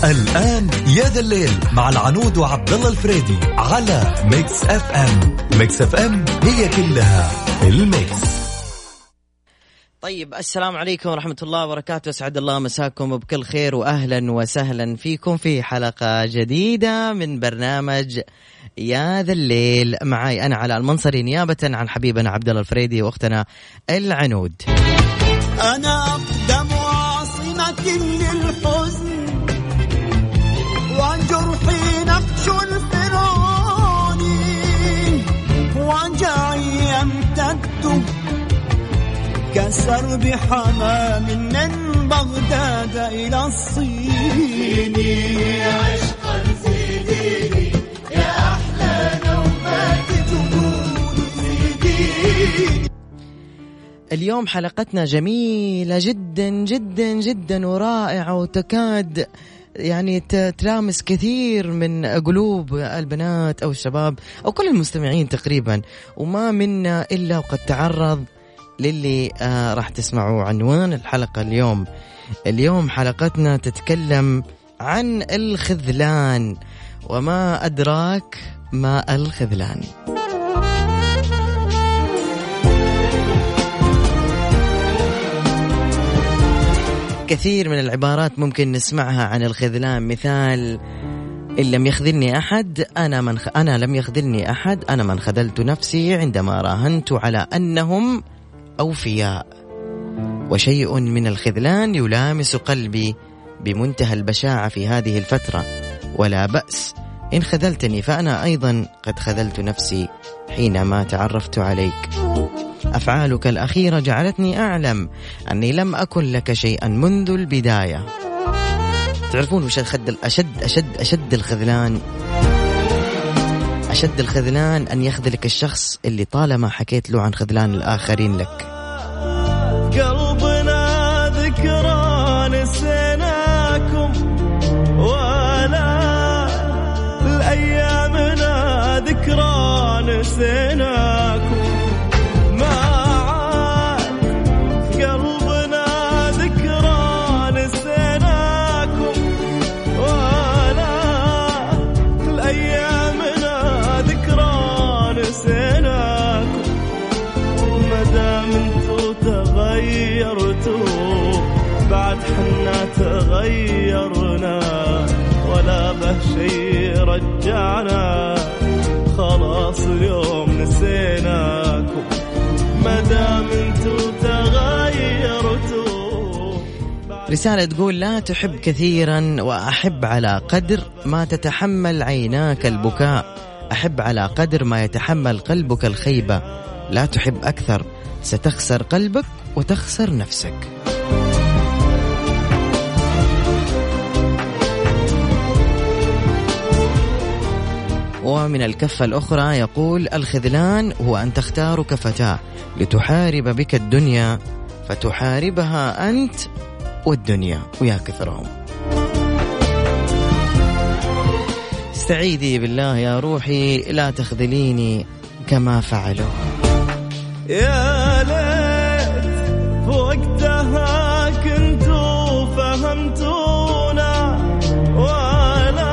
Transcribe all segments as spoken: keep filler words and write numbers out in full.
الآن يا ذا الليل مع العنود وعبد الله الفريدي على ميكس اف ام. ميكس اف ام هي كلها الميكس. طيب السلام عليكم ورحمة الله وبركاته، أسعد الله مساكم بكل خير وأهلا وسهلا فيكم في حلقة جديدة من برنامج يا ذا الليل. معي أنا علاء المنصري نيابة عن حبيبنا عبد الله الفريدي وأختنا العنود. أنا أقدم عاصمة للحزن وجرحي نقش الفرعوني وجعي يمتد كسر بحمام من بغداد إلى الصين. يا عشقا زيديني يا أحلى نوبات جنون زيديني. اليوم حلقتنا جميلة جدا جدا جدا ورائعة وتكاد يعني تلامس كثير من قلوب البنات أو الشباب أو كل المستمعين تقريبا، وما منا إلا وقد تعرض للي آه راح تسمعوا. عنوان الحلقة اليوم اليوم حلقتنا تتكلم عن الخذلان، وما أدراك ما الخذلان. كثير من العبارات ممكن نسمعها عن الخذلان، مثال: إن لم يخذلني أحد أنا من خ... أنا لم يخذلني أحد أنا من خذلت نفسي عندما راهنت على أنهم أوفياء. وشيء من الخذلان يلامس قلبي بمنتهى البشاعة في هذه الفترة، ولا بأس إن خذلتني فأنا أيضا قد خذلت نفسي حينما تعرفت عليك. أفعالك الأخيرة جعلتني أعلم أني لم أكن لك شيئا منذ البداية. تعرفون وش أشد أشد أشد أشد الخذلان؟ أشد الخذلان أن يخذلك الشخص اللي طالما حكيت له عن خذلان الآخرين لك. قلبنا ذكرى نسيناكم ولا الأيامنا ذكرى نسيناكم. بعد حنا تغيرنا ولا به شي رجعنا، خلاص اليوم نسيناكم مدام انتو تغيرتوا. رسالة تقول: لا تحب كثيرا وأحب على قدر ما تتحمل عيناك البكاء، أحب على قدر ما يتحمل قلبك الخيبة، لا تحب أكثر ستخسر قلبك وتخسر نفسك. ومن الكفة الأخرى يقول: الخذلان هو أن تختارك فتاة لتحارب بك الدنيا فتحاربها أنت والدنيا، ويا كثرهم. استعيذي بالله يا روحي لا تخذليني كما فعلوا. يا ليت وقتها كنتوا فهمتونا ولا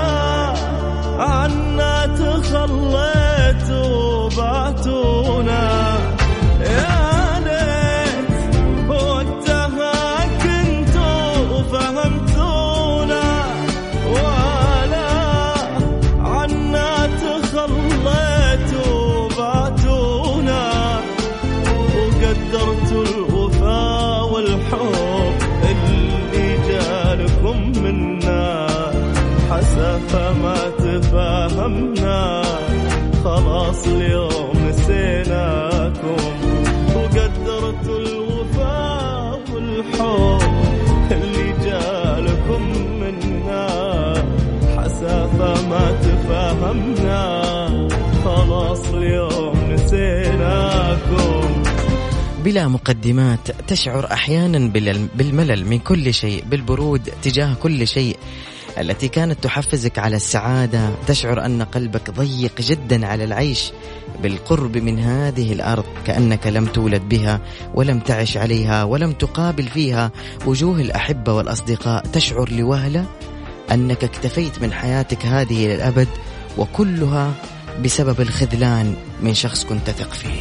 عنا تخليتوا بعتونا. يا ليت وقتها كنتوا فهمتونا ولا عنا تخليتوا بعتونا. وقدرتوا الوفاء والحب اللي جالكم منا، حسافة ما تفاهمنا، خلاص اليوم نسيناكم. وقدرتوا الوفاء والحب اللي جالكم منا، حسافة ما تفاهمنا، خلاص اليوم نسيناكم. بلا مقدمات تشعر أحيانا بالملل من كل شيء، بالبرود تجاه كل شيء. التي كانت تحفزك على السعادة، تشعر أن قلبك ضيق جدا على العيش بالقرب من هذه الأرض، كأنك لم تولد بها ولم تعش عليها ولم تقابل فيها وجوه الأحبة والأصدقاء. تشعر لوهلة أنك اكتفيت من حياتك هذه للأبد، وكلها بسبب الخذلان من شخص كنت تثق فيه.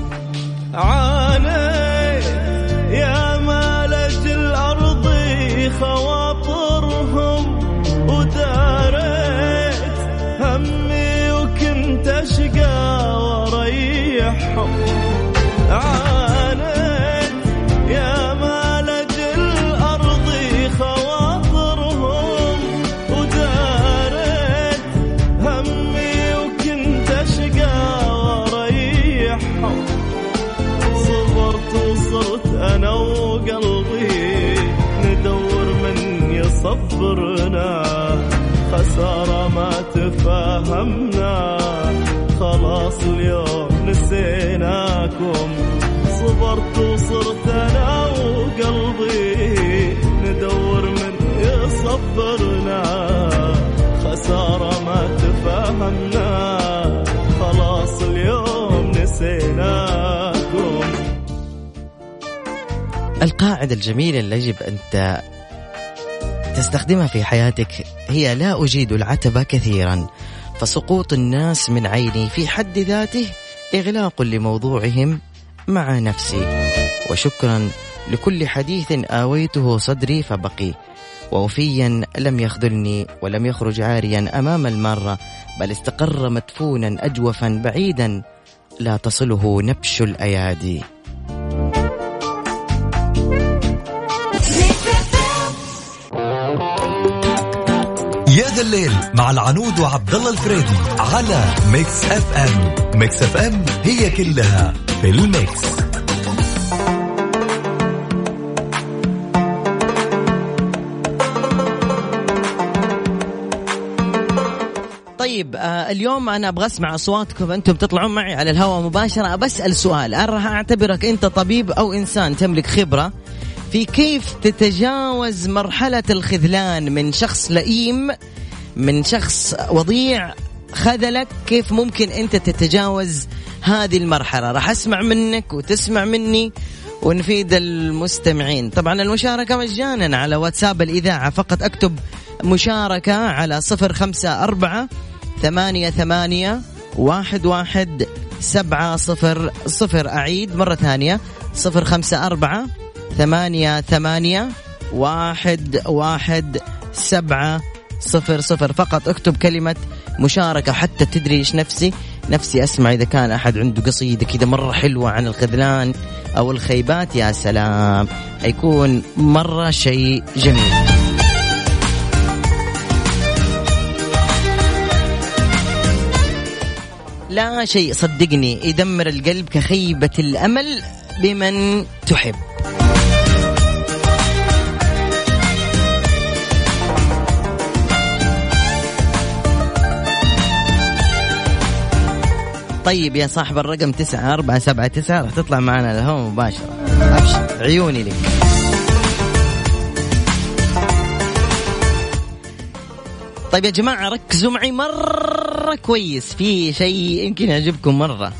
عانيت يا مالج الأرض خواطرهم، وداريت همي وكنت أشقى وريحهم. عانيت يا مالج الأرض خواطرهم، وداريت همي وكنت أشقى وريحهم. صبرت وصرت أنا وقلبي ندور من يصبرنا، خسارة ما تفاهمنا، خلاص اليوم نسيناكم. صبرت وصرت أنا وقلبي ندور من يصبرنا، خسارة ما تفاهمنا، خلاص اليوم نسيناكم. القاعدة الجميلة اللي يجب أن تستخدمها في حياتك هي: لا أجيد العتب كثيرا، فسقوط الناس من عيني في حد ذاته إغلاق لموضوعهم مع نفسي. وشكرا لكل حديث آويته صدري فبقي، ووفيا لم يخذلني ولم يخرج عاريا أمام المارة، بل استقر مدفونا أجوفا بعيدا لا تصله نبش الأيادي. يا ذا الليل مع العنود وعبد الله الفريدي على ميكس اف ام. ميكس اف ام هي كلها في الميكس. طيب آه اليوم أنا أبغى أسمع أصواتكم، أنتم تطلعون معي على الهواء مباشرة. بسأل سؤال، أنا راح أعتبرك أنت طبيب أو إنسان تملك خبرة في كيف تتجاوز مرحلة الخذلان من شخص لئيم، من شخص وضيع خذلك. كيف ممكن أنت تتجاوز هذه المرحلة؟ راح أسمع منك وتسمع مني ونفيد المستمعين. طبعا المشاركة مجانا على واتساب الإذاعة، فقط أكتب مشاركة على صفر خمسة أربعة ثمانية ثمانية واحد واحد سبعة صفر صفر. أعيد مرة ثانية: صفر خمسة أربعة ثمانية ثمانية واحد واحد سبعة صفر صفر. فقط اكتب كلمة مشاركة حتى تدري إيش نفسي نفسي أسمع. إذا كان أحد عنده قصيدة كده مرة حلوة عن الخذلان أو الخيبات، يا سلام، هيكون مرة شيء جميل. لا شيء صدقني يدمر القلب كخيبة الأمل بمن تحب. طيب يا صاحب الرقم تسعة أربعة سبعة تسعة راح تطلع معنا الهواء مباشرة. أبشر، عيوني لك. طيب يا جماعة ركزوا معي مرة كويس، في شيء يمكن يعجبكم مرة.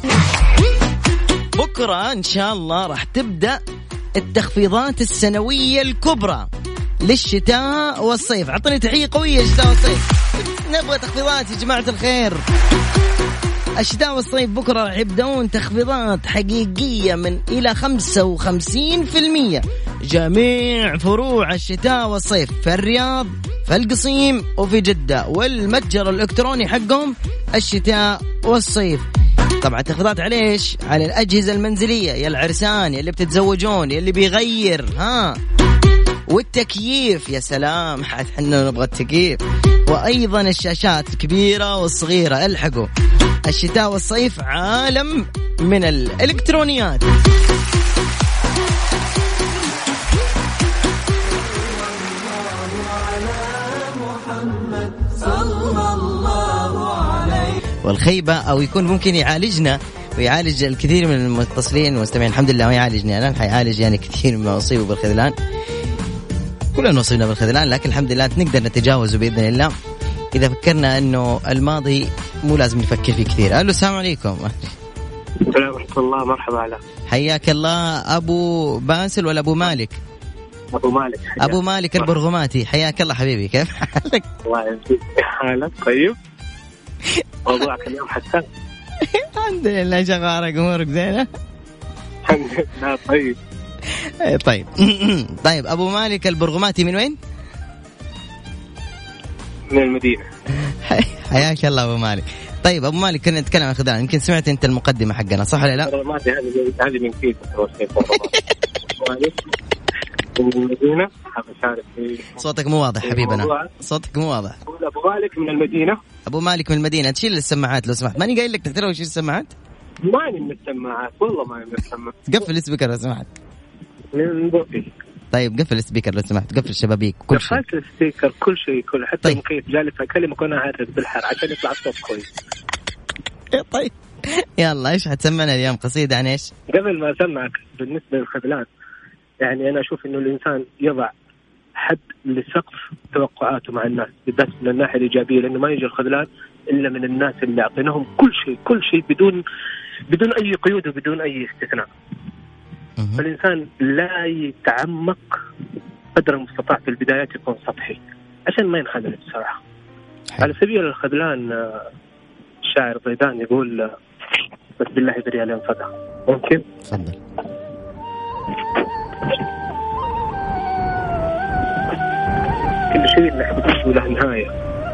بكرة إن شاء الله راح تبدأ التخفيضات السنوية الكبرى للشتاء والصيف. عطني تحية قوية الشتاء والصيف، نبغى تخفيضات يا جماعة الخير. الشتاء والصيف بكرة راح يبدأون تخفيضات حقيقية من إلى خمسة وخمسين بالمئة. جميع فروع الشتاء والصيف في الرياض، في القصيم، وفي جدة، والمتجر الإلكتروني حقهم الشتاء والصيف. طبعا تخفيضات على إيش؟ على الأجهزة المنزلية، يا العرسان، يا اللي بتتزوجون، يا اللي بيغير، ها، والتكييف. يا سلام، حنا نبغى التكييف. وأيضا الشاشات الكبيرة والصغيرة. الحقوا، الشتاء والصيف عالم من الإلكترونيات. والخيبة أو يكون ممكن يعالجنا ويعالج الكثير من المتصلين والمستمعين. الحمد لله ويعالجني أنا، حيعالج يعني كثير من أصيبه بالخذلان. كلنا نصيبنا بالخذلان، لكن الحمد لله نقدر نتجاوزه بإذن الله إذا فكرنا أنه الماضي مو لازم نفكر فيه كثير. ألو، السلام عليكم. السلام ورحمة الله، مرحبا. على حياك الله. أبو باسل ولا أبو مالك؟ أبو مالك. أبو مالك البرغماتي، حياك الله حبيبي، كيف حالك؟ الله يسعدك. حالك طيب؟ موضوعك اليوم حسن؟ الحمد لله، شغالك أمورك زينة؟ الحمد لله. طيب طيب طيب أبو مالك البرغماتي من وين؟ من المدينة. حياك الله أبو مالك. طيب أبو مالك كنا نتكلم عن خداع، يمكن سمعت أنت المقدمة حقنا صح ولا لا؟ البرغماتي هذه هذه من كيف من المدينة. حاب أشارك في صوتك مو واضح حبيبنا، صوتك مو واضح. أبو مالك من المدينة. أبو مالك من المدينة، تشيل السماعات لو سمحت، ماني قايل لك تحترم وشيل السماعات؟ ماني من السماعات والله، ماني من السماعات. قفل السبيكر لو سمحت. من بوقي. طيب قفل السبيكر لو سمحت، قفل الشبابيك كل شيء. قفلت السبيكر كل شيء، كل حتى طيب. المكيف جالس أكلمك وأنا أعرف بالحر عشان يطلع الصوت كويس. طيب يلا إيش حتسمعنا اليوم؟ قصيدة عن إيش؟ قبل ما أسمعك بالنسبة للخذلان، يعني أنا أشوف إنه الإنسان يضع حد لسقف توقعاته مع الناس، بالذات من الناحية الإيجابية، لأنه ما يجي الخذلان إلا من الناس اللي أعطيناهم كل شيء كل شيء بدون بدون أي قيود وبدون أي استثناء. فالإنسان لا يتعمق قدر المستطاع في البدايات، يكون سطحي عشان ما ينخذل بصراحة. على سبيل الخذلان الشاعر ضيدان يقول بس بالله بريال ينفذها. ممكن؟ تفضل. كل شيء له له نهاية،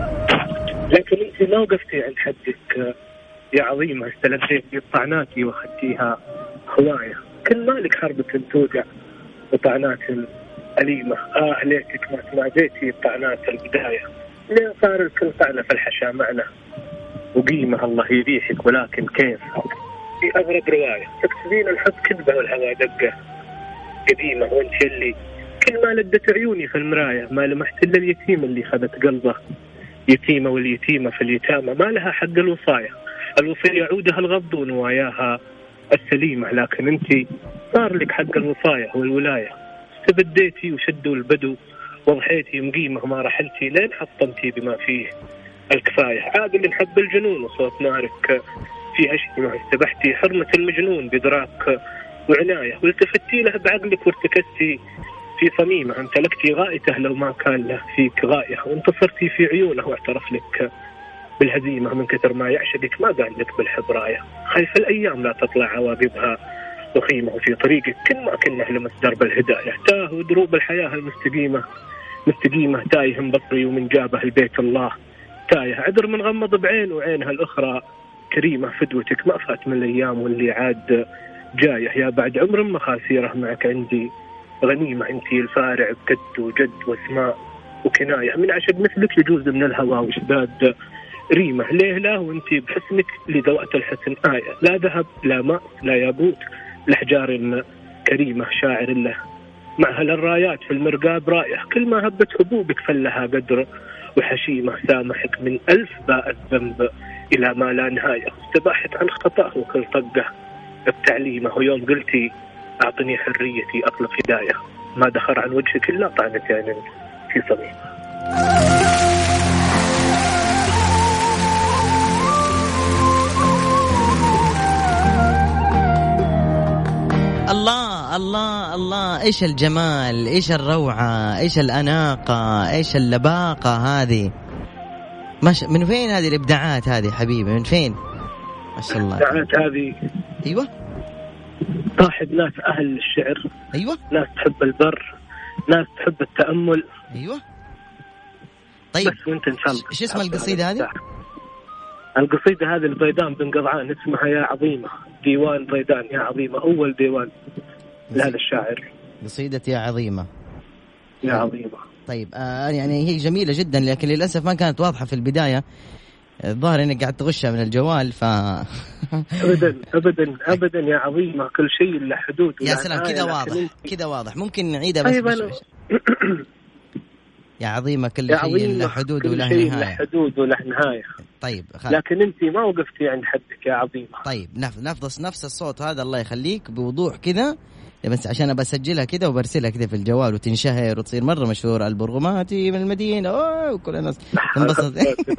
لكن انت ما وقفتي عند حدك يا عظيمة، استلذيت بالطعنات واخذتيها هواية. كل مالك حربة توجع وطعنات أليمة، آه ليتك ما تناديتي طعنات البداية. ليه صار الكل طعنة في الحشا معنا وقيمة الله يريحك، ولكن كيف في أغرب رواية تكتبين الحب كذبة والهوى دقة قديمة، وانت اللي كل ما لدت عيوني في المراية ما لمحت إلا اليتيم اللي خذت قلبه يتيمة، واليتيمة في اليتامة ما لها حق الوصاية. الوصية يعودها الغض ونواياها السليمة، لكن انت صار لك حق الوصاية والولاية. استبديتي وشدوا البدو وضحيتي مقيمة ما رحلتي لين حطمتي بما فيه الكفاية. عادل نحب الجنون وصوت نارك في هشيمة، استبحتي حرمة المجنون بدراك وعناية، والتفتي له بعقلك وارتكستي في صميمة. امتلكتي غايته لو ما كان له فيك غاية، وانتصرتي في عيونه واعترف لك بالهزيمة. من كثر ما يعشقك ما قال لك بالحب راية، خايف الأيام لا تطلع عواقبها وخيمة. وفي طريقك كل ما كنا لمس درب الهداية، تاه دروب الحياة المستقيمة مستقيمة. تايه بصري ومن جابه البيت الله تايه، عذر من غمض بعين وعينها الأخرى كريمة. فدوتك ما فات من الأيام واللي عاد جاية، يا بعد عمر ما خاسيره معك عندي غنيمة. انتي الفارع بجد وجد واسماء وكناية، من عشق مثلك يجوز من الهوى واشداد ريمة. ليه لا وانتي بحسنك لذوات الحسن آية، لا ذهب لا ماء لا ياقوت لحجار كريمة. شاعر له مع هالرايات في المرقاب راية، كل ما هبت هبوبك فلها قدر وحشيمة. سامحك من ألف باء الذنب إلى ما لا نهاية، استباحت عن خطأه وكل طقه بتعليمه. ويوم قلتي أعطني حريتي أطلق هداية، ما دخر عن وجهك إلا طعنتين في صميمة. الله الله الله، إيش الجمال، إيش الروعة، إيش الأناقة، إيش اللباقة هذه. مش من فين هذه الإبداعات هذه حبيبي، من فين؟ ما شاء الله. الإبداعات هذه أيوة صاحب ناس أهل الشعر، أيوة ناس تحب البر، ناس تحب التأمل. أيوة طيب بس وانت إن شاء الله. إيش اسم القصيدة هذه؟ القصيدة هذه الضيدان بن قضعان، اسمها يا عظيمة، ديوان ضيدان يا عظيمة، أول ديوان لهذا الشاعر. قصيدة يا عظيمة يا عظيمة. طيب آه يعني هي جميلة جدا، لكن للأسف ما كانت واضحة في البداية. الظاهر انك قاعد تغشها من الجوال ف ابدا ابدا ابدا يا عظيمة، كل شيء له حدود. يا سلام كذا واضح كذا واضح. ممكن نعيدها بس طيب بش بش. يا عظيمة كل يا شيء له حدود وله نهاية. له حدود وله نهاية. طيب خالد. لكن انت ما وقفتي عند حدك يا عظيمة. طيب نفس نفس الصوت هذا الله يخليك بوضوح كذا، بس عشان بسجلها كده وبرسلها كده في الجوال وتنشهر وتصير مرة مشهور. البرغماتي من المدينة، أوه وكل الناس تنبسط.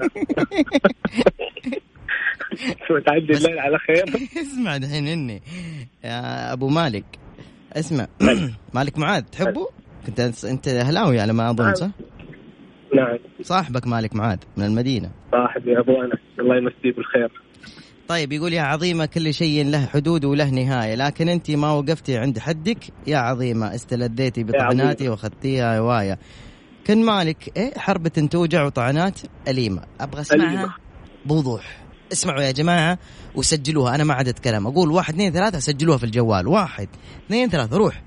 شو تعدي الليل على خير. اسمع دحين مني يا أبو مالك، اسمع. مالك معاذ تحبه؟ انت انت اهلاوي على ما اظن صح؟ نعم. صاحبك مالك معاذ من المدينه. صاحبي ابو انس الله يمسيه بالخير. طيب يقول يا عظيمه كل شيء له حدود وله نهايه، لكن انت ما وقفتي عند حدك يا عظيمه، استلذيتي بطعناتي واخذتيها هوايه. كن مالك ايه حربة توجع وطعنات أليمة. ابغى اسمعها بوضوح. اسمعوا يا جماعه وسجلوها، انا ما عاد اتكلم، اقول واحد اثنين ثلاثه سجلوها في الجوال، واحد اثنين ثلاثه روح.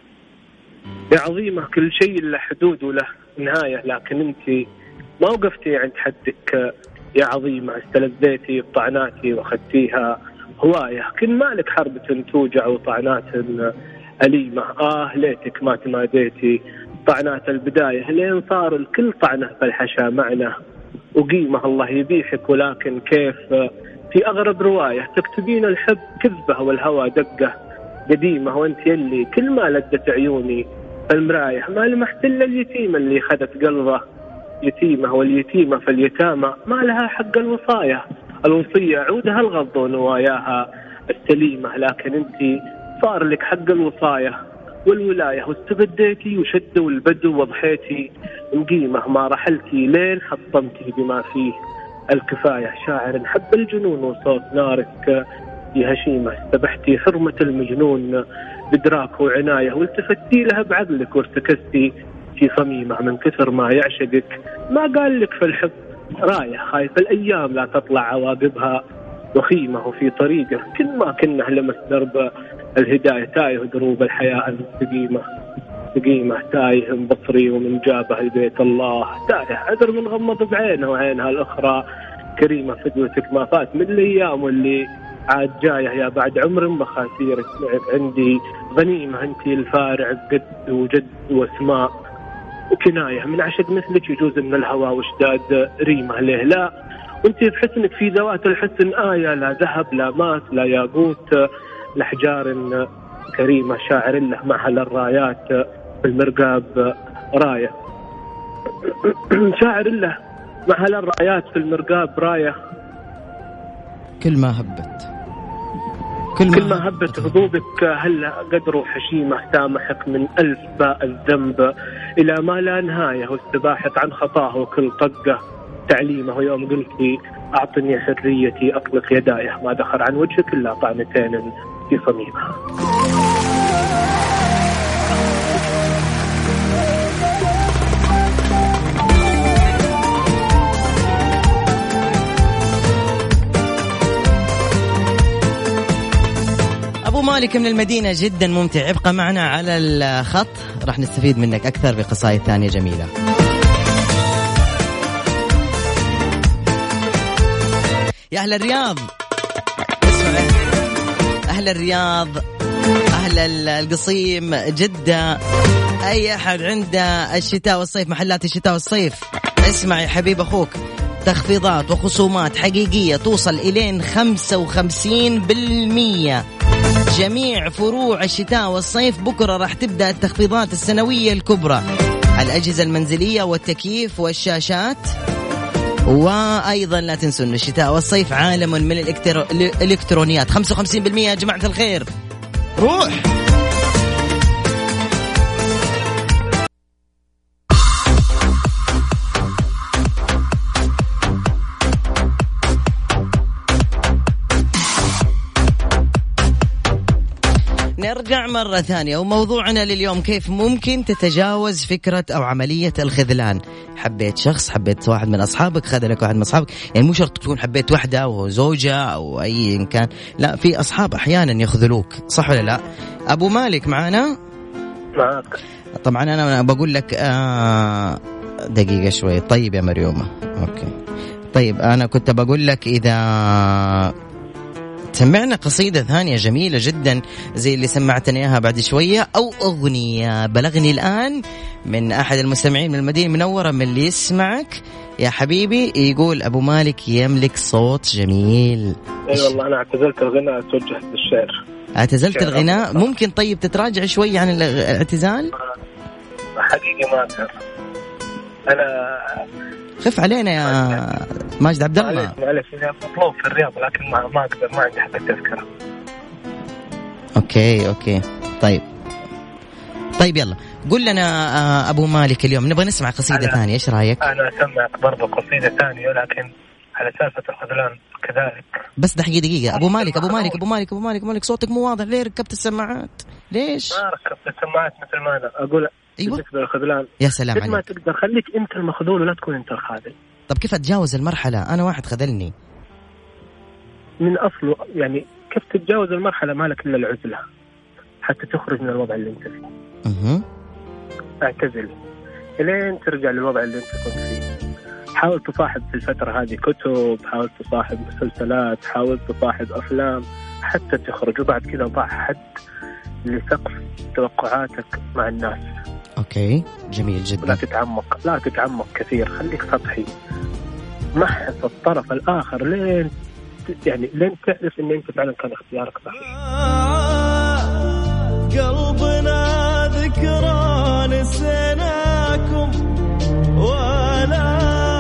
يا عظيمة كل شيء له حدود وله نهاية، لكن انت ما وقفتي عند حدك يا عظيمة، استلذيتي بطعناتي واخذتيها هواية. كن مالك حربة توجع وطعنات أليمة، آه ليتك ما تماديتي طعنات البداية، لين صار الكل طعنه بالحشا معنا وقيمة الله يبيحك. ولكن كيف في أغرب رواية تكتبين الحب كذبة والهوى دقة قديمة، وانت يلي كل ما لدت عيوني المراية ما لمحت إلا اليتيمة اللي خذت قلبه يتيمة، واليتيمة في اليتامى ما لها حق الوصاية، الوصية عودها الغض ونواياها السليمة. لكن انت صار لك حق الوصاية والولاية، واستبديتي وشدوا البدو وضحيتي مقيمة، ما رحلتي لين حطمتي بما فيه الكفاية. شاعر حب الجنون وصوت نارك يا هشيمة، استبحتي حرمة المجنون بدراك وعناية، والتفتي لها بعقلك وارتكستي في صميمة. من كثر ما يعشقك ما قال لك في الحب راية، خايف الأيام لا تطلع عواقبها وخيمة. وفي طريقه كل ما كنا لمس درب الهداية، تايه دروب الحياة المستقيمة سقيمة، تايه بصري ومن جابه البيت الله، تايه عذر من غمض بعينه وعينها الأخرى كريمة. فدوتك ما فات من الأيام واللي عاد جايه، يا بعد عمر مخاسيرك معك عندي غنيمة، انت الفارع قد وجد واسماء وكناية، من عشق مثلك يجوز من الهوى واشداد ريمة. ليه لا وانت بحسنك في ذوات الحسن آية، لا ذهب لا ماس لا ياقوت لحجار كريمة. شاعر له محل الرايات في المرقاب راية، شاعر له محل الرايات في المرقاب راية. كل ما هبت كل, كل ما هبت هضوبك هلا قدر حشيمة، سامحك من ألف باء الذنب إلى ما لا نهاية، واستباحت عن خطاه وكل طقة تعليمه. ويوم قلتي أعطني حريتي أطلق يدايه، ما دخل عن وجهك إلا طعنتين في صميمه. أبو مالك من المدينة جدا ممتع، ابقى معنا على الخط راح نستفيد منك أكثر بقصائد ثانية جميلة. يا أهل الرياض، اسمع أهل الرياض، أهل القصيم، جدة، أي أحد عنده الشتاء والصيف، محلات الشتاء والصيف، اسمع يا حبيب أخوك، تخفيضات وخصومات حقيقية توصل إلين خمسة وخمسين بالمية. جميع فروع الشتاء والصيف بكرة راح تبدأ التخفيضات السنوية الكبرى، الأجهزة المنزلية والتكييف والشاشات. وأيضا لا تنسوا أن الشتاء والصيف عالم من الإلكترونيات، خمسة وخمسين بالمية يا جماعة الخير. روح نرجع مرة ثانية، وموضوعنا لليوم كيف ممكن تتجاوز فكرة أو عملية الخذلان. حبيت شخص، حبيت واحد من أصحابك، خذلك واحد من أصحابك، يعني مو شرط تكون حبيت واحدة أو زوجة أو أي إن كان، لا، في أصحاب أحيانا يخذلوك، صح ولا لا؟ أبو مالك معنا؟ معك. طبعا أنا بقول لك آه دقيقة شوي. طيب يا مريومة، أوكي. طيب أنا كنت بقول لك إذا سمعنا قصيدة ثانية جميلة جدا زي اللي سمعتنا إياها بعد شوية، أو أغنية بلغني الآن من أحد المستمعين من المدينة المنورة من اللي يسمعك يا حبيبي، يقول أبو مالك يملك صوت جميل. أي والله أنا اعتزلت الغناء، توجهت للشعر. اعتزلت الغناء، ممكن طيب تتراجع شوي عن الاعتزال؟ حقيقي ما أقدر، أنا خف علينا يا ماجد عبد الله. معلش معلش مطلوب في الرياض، لكن ما ما أقدر، ما عندي حق التذكرة. أوكي أوكي طيب طيب يلا قل لنا آه أبو مالك اليوم نبغى نسمع قصيدة ثانية، إيش رأيك؟ أنا أسمعك برضو قصيدة ثانية لكن على سالفة الخذلان كذلك. بس دقيقة دقيقة أبو مالك أبو مالك أبو مالك أبو مالك أبو مالك صوتك مو واضح، ليه ركبت السماعات؟ ليش؟ ما ركبت السماعات مثل ما أنا أقول. أيوة. بالنسبة للخذلان يا سلام عليك. ما تقدر خليك أنت المخذول ولا تكون أنت الخاذل. طب كيف أتجاوز المرحلة؟ أنا واحد خذلني من أصله، يعني كيف تتجاوز المرحلة؟ مالك إلا العزلة حتى تخرج من الوضع اللي أنت فيه. أه. اعتزل لين ترجع للوضع اللي أنت كنت فيه. حاول تصاحب في الفترة هذه كتب، حاول تصاحب مسلسلات، حاول تصاحب أفلام حتى تخرج، وبعد كذا ضع حد لسقف توقعاتك مع الناس. أوكي جميل جدا. لا تتعمق لا تتعمق كثير، خليك سطحي، محس الطرف الآخر لين يعني لين تعرف إن أنت فعلا كان اختيارك صحيح. قلبنا ذكرى نسيناكم ولا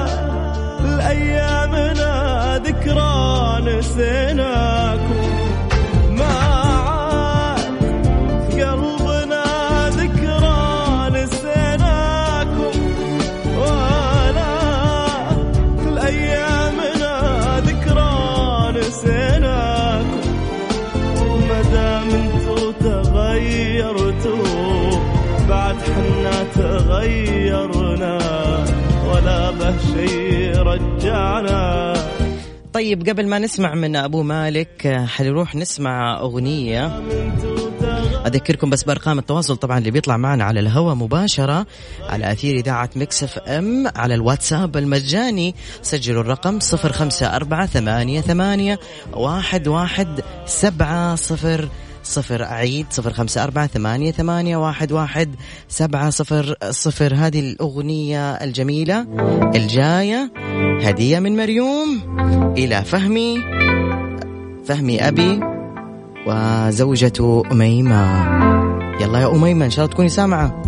الأيامنا ذكرى نسيناكم، ما عاد في قلبنا ذكرى نسيناكم ولا في الأيامنا ذكرى نسيناكم، مدام انتو تغيرتوا بعد حنا تغيرنا ولا به شيء رجعنا. طيب قبل ما نسمع من أبو مالك حنروح نسمع أغنية. أذكركم بس بأرقام التواصل طبعا اللي بيطلع معنا على الهواء مباشرة على أثير إذاعة ميكس اف ام على الواتساب المجاني. سجلوا الرقم صفر خمسة أربعة ثمانية ثمانية واحد واحد سبعة صفر صفر. أعيد صفر خمسة أربعة ثمانية ثمانية واحد واحد سبعة صفر صفر. هذه الأغنية الجميلة الجاية هدية من مريوم إلى فهمي فهمي أبي وزوجته أميمة. يلا يا أميمة إن شاء الله تكوني سامعة.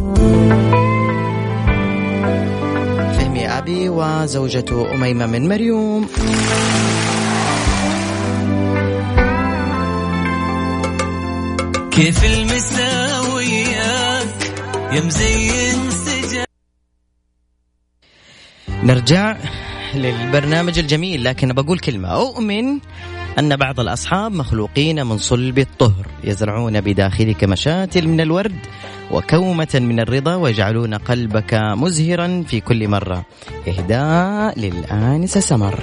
فهمي أبي وزوجته أميمة من مريوم. كيف المساويات يا مزين سجن. نرجع للبرنامج الجميل، لكن بقول كلمة. أؤمن أن بعض الأصحاب مخلوقين من صلب الطهر يزرعون بداخلك مشاتل من الورد وكومة من الرضا ويجعلون قلبك مزهرا في كل مرة. إهداء للآنسة سمر.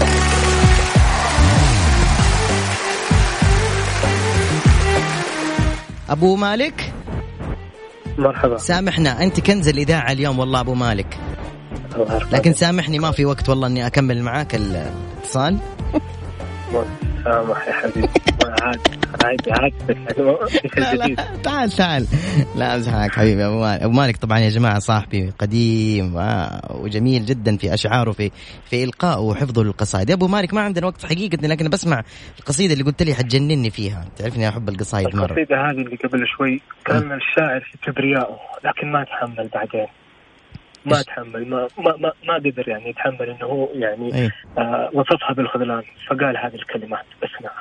أبو مالك مرحبا. سامحنا أنت كنز الإذاعة اليوم والله أبو مالك، لكن سامحني ما في وقت والله أني أكمل معاك الاتصال. سامح يا حبيبي. عاد عاد عاد لا لا تعال تعال لا أمزحك حبيبي أبو مالك. أبو مالك طبعا يا جماعة صاحبي قديم وجميل جدا في أشعاره في في إلقائه وحفظه للقصائد. يا أبو مالك ما عندنا وقت حقيقة، لكن بسمع القصيدة اللي قلت لي حتجنني فيها. تعرفني أحب القصائد مرة. القصيدة هذه اللي قبل شوي كان الشاعر في كبريائه لكن ما تحمل بعدين، ما تحمل ما ما ما, ما قدر يعني يتحمل انه هو يعني أيه. آه وصفها بالخذلان فقال هذه الكلمات. اسمعها.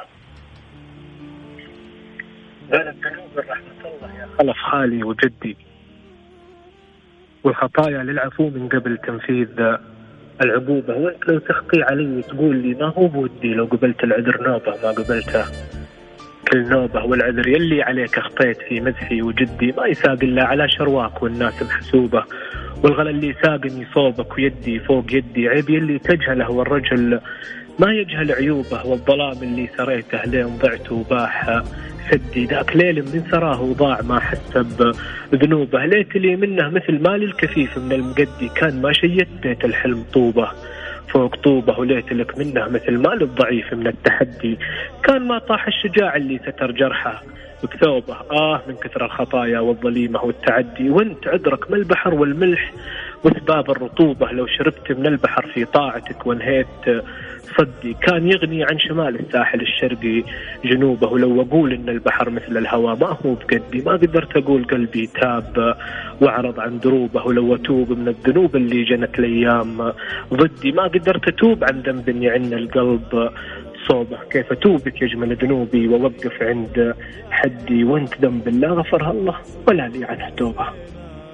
قال الذنوب رحمة الله يا خلف خالي وجدي، والخطايا للعفو من قبل تنفيذ العقوبة، وانت لو تخطي علي تقول لي ما هو بودي، لو قبلت العذر نوبة ما قبلته كل نوبة، والعذر يلي عليك اخطيت في مدحي وجدي، ما يساق إلا على شرواك والناس محسوبة، والغلا اللي ساقني صوبك ويدي فوق يدي، عيب يلي تجهله والرجل ما يجهل عيوبه، والظلام اللي سريته لين ضعت وباح سدي، ذاك ليل من سراه وضاع ما حسب ذنوبه، ليت لي منه مثل مال الكفيف من المقدي، كان ما شيت بيت الحلم طوبه فوق طوبه، وليت لك منه مثل مال الضعيف من التحدي، كان ما طاح الشجاع اللي ستر جرحه بثوبه، آه من كثر الخطايا والظليمة والتعدي، وانت عذرك ما البحر والملح وسباب الرطوبة، لو شربت من البحر في طاعتك وانهيت صدي، كان يغني عن شمال الساحل الشرقي جنوبه، ولو أقول إن البحر مثل الهواء ما هو بقدي، ما قدرت أقول قلبي تاب وعرض عن دروبه، ولو أتوب من الذنوب اللي جنت الأيام ضدي، ما قدرت أتوب عن ذنب يعن القلب صوبه، كيف أتوبك يجمل ذنوبي ووقف عند حدي، وانت ذنب لا غفرها الله ولا لي عنه توبة.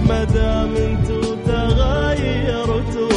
مدام انتو تغيرتوا.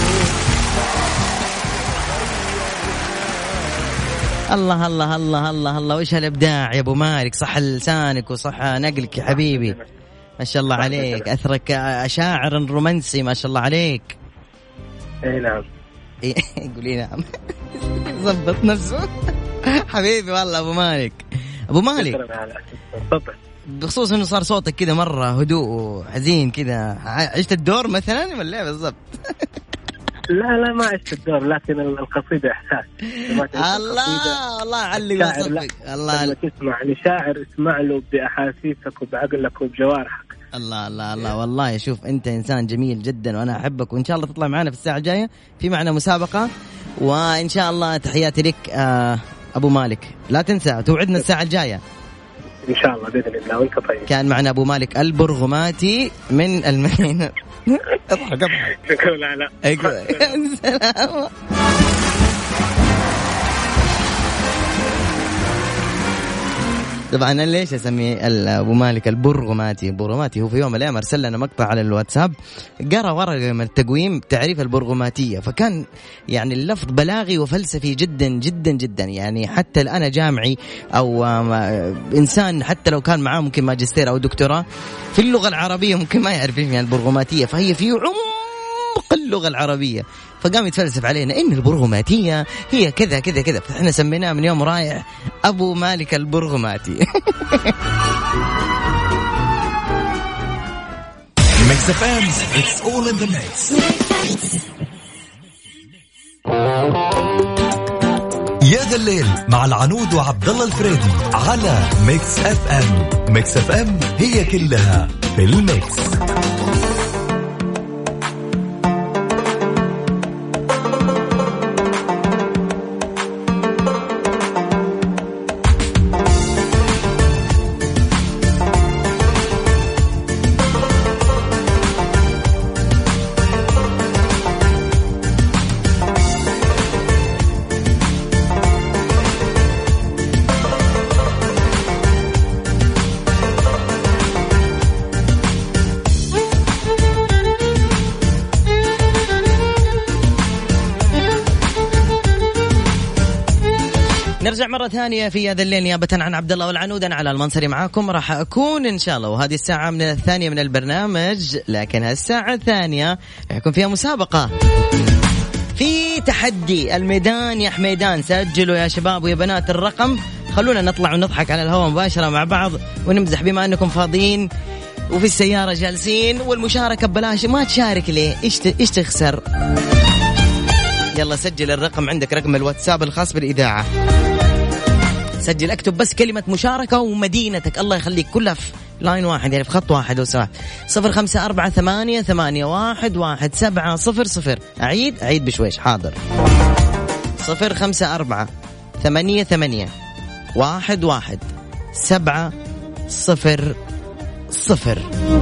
الله الله الله الله الله، وش هالابداع يا ابو مالك، صح لسانك وصح نقلك يا حبيبي، ما شاء الله عليك، اثرك شاعر رومانسي ما شاء الله عليك. اي نعم. قولي نعم. ضبط نفسه حبيبي والله ابو مالك. ابو مالك بخصوص انه صار صوتك كذا مره هدوء وحزين كذا، عشت الدور مثلا ولا ايه بالضبط؟ لا لا ما عشت الدور، لكن القصيدة إحساس. الله الله علي وصفك. الله لما تسمع لشاعر اسمع له بأحاسيسك وبعقلك وبجوارحك. الله الله الله والله شوف أنت إنسان جميل جدا وأنا أحبك، وإن شاء الله تطلع معنا في الساعة الجاية في معنا مسابقة، وإن شاء الله تحياتي لك آه أبو مالك. لا تنسى توعدنا الساعة الجاية إن شاء الله بإذن الله. وأنت طيب. كان معنا أبو مالك البرغماتي من المدينة. اضحك اضحك. شكرا. لا لا. سلام. طبعا أنا ليش أسميه أبو مالك البرغماتي؟ البرغماتي هو في يوم من الأيام أرسل لنا مقطع على الواتساب، قرأ ورقة من التقويم تعريف البرغماتية، فكان يعني اللفظ بلاغي وفلسفي جدا جدا جدا، يعني حتى الآن جامعي أو إنسان حتى لو كان معاه ممكن ماجستير أو دكتوراه في اللغة العربية ممكن ما يعرف يعني البرغماتية، فهي في عمق اللغة العربية، فقام يتفلسف علينا إن البرغماتية هي كذا كذا كذا، فإحنا سميناه من يوم رايح أبو مالك البرغماتي. Mix إف إم, it's all in the mix. يا ذا الليل مع العنود وعبد الله الفريدي على ميكس إف إم. ميكس إف إم هي كلها في الميكس. نرجع مرة ثانية في هذا الليل نيابة عن عبد الله والعنود. أنا على المنصري معاكم راح أكون إن شاء الله، وهذه الساعة من الثانية من البرنامج، لكن هالساعة الثانية راح يكون فيها مسابقة، في تحدي الميدان يا حميدان. سجلوا يا شباب ويا بنات الرقم، خلونا نطلع ونضحك على الهواء مباشرة مع بعض ونمزح بما أنكم فاضيين وفي السيارة جالسين، والمشاركة ببلاش. ما تشارك ليه؟ إيش إيش تخسر؟ يلا سجل الرقم عندك، رقم الواتساب الخاص بالإذاعة، سجل اكتب بس كلمة مشاركة ومدينتك، الله يخليك، كلها في لاين واحد يعني في خط واحد لو سمحت. صفر خمسة أربعة ثمانية ثمانية واحد واحد سبعة صفر صفر. أعيد أعيد بشويش حاضر. صفر خمسة أربعة ثمانية ثمانية واحد واحد سبعة صفر صفر.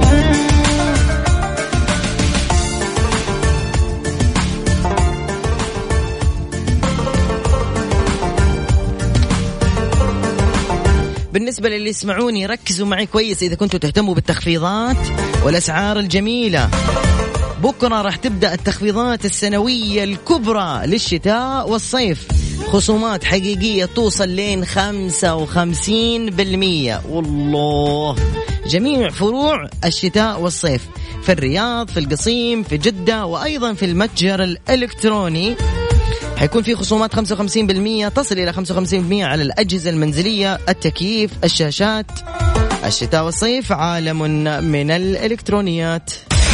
بالنسبة للي يسمعوني ركزوا معي كويس إذا كنتوا تهتموا بالتخفيضات والأسعار الجميلة. بكرة راح تبدأ التخفيضات السنوية الكبرى للشتاء والصيف، خصومات حقيقية توصل لين خمسة وخمسين بالمية والله، جميع فروع الشتاء والصيف في الرياض، في القصيم، في جدة، وأيضا في المتجر الإلكتروني حيكون في خصومات خمسة وخمسين بالمية تصل إلى خمسة وخمسين بالمية على الأجهزة المنزلية، التكييف، الشاشات. الشتاء والصيف عالم من الإلكترونيات.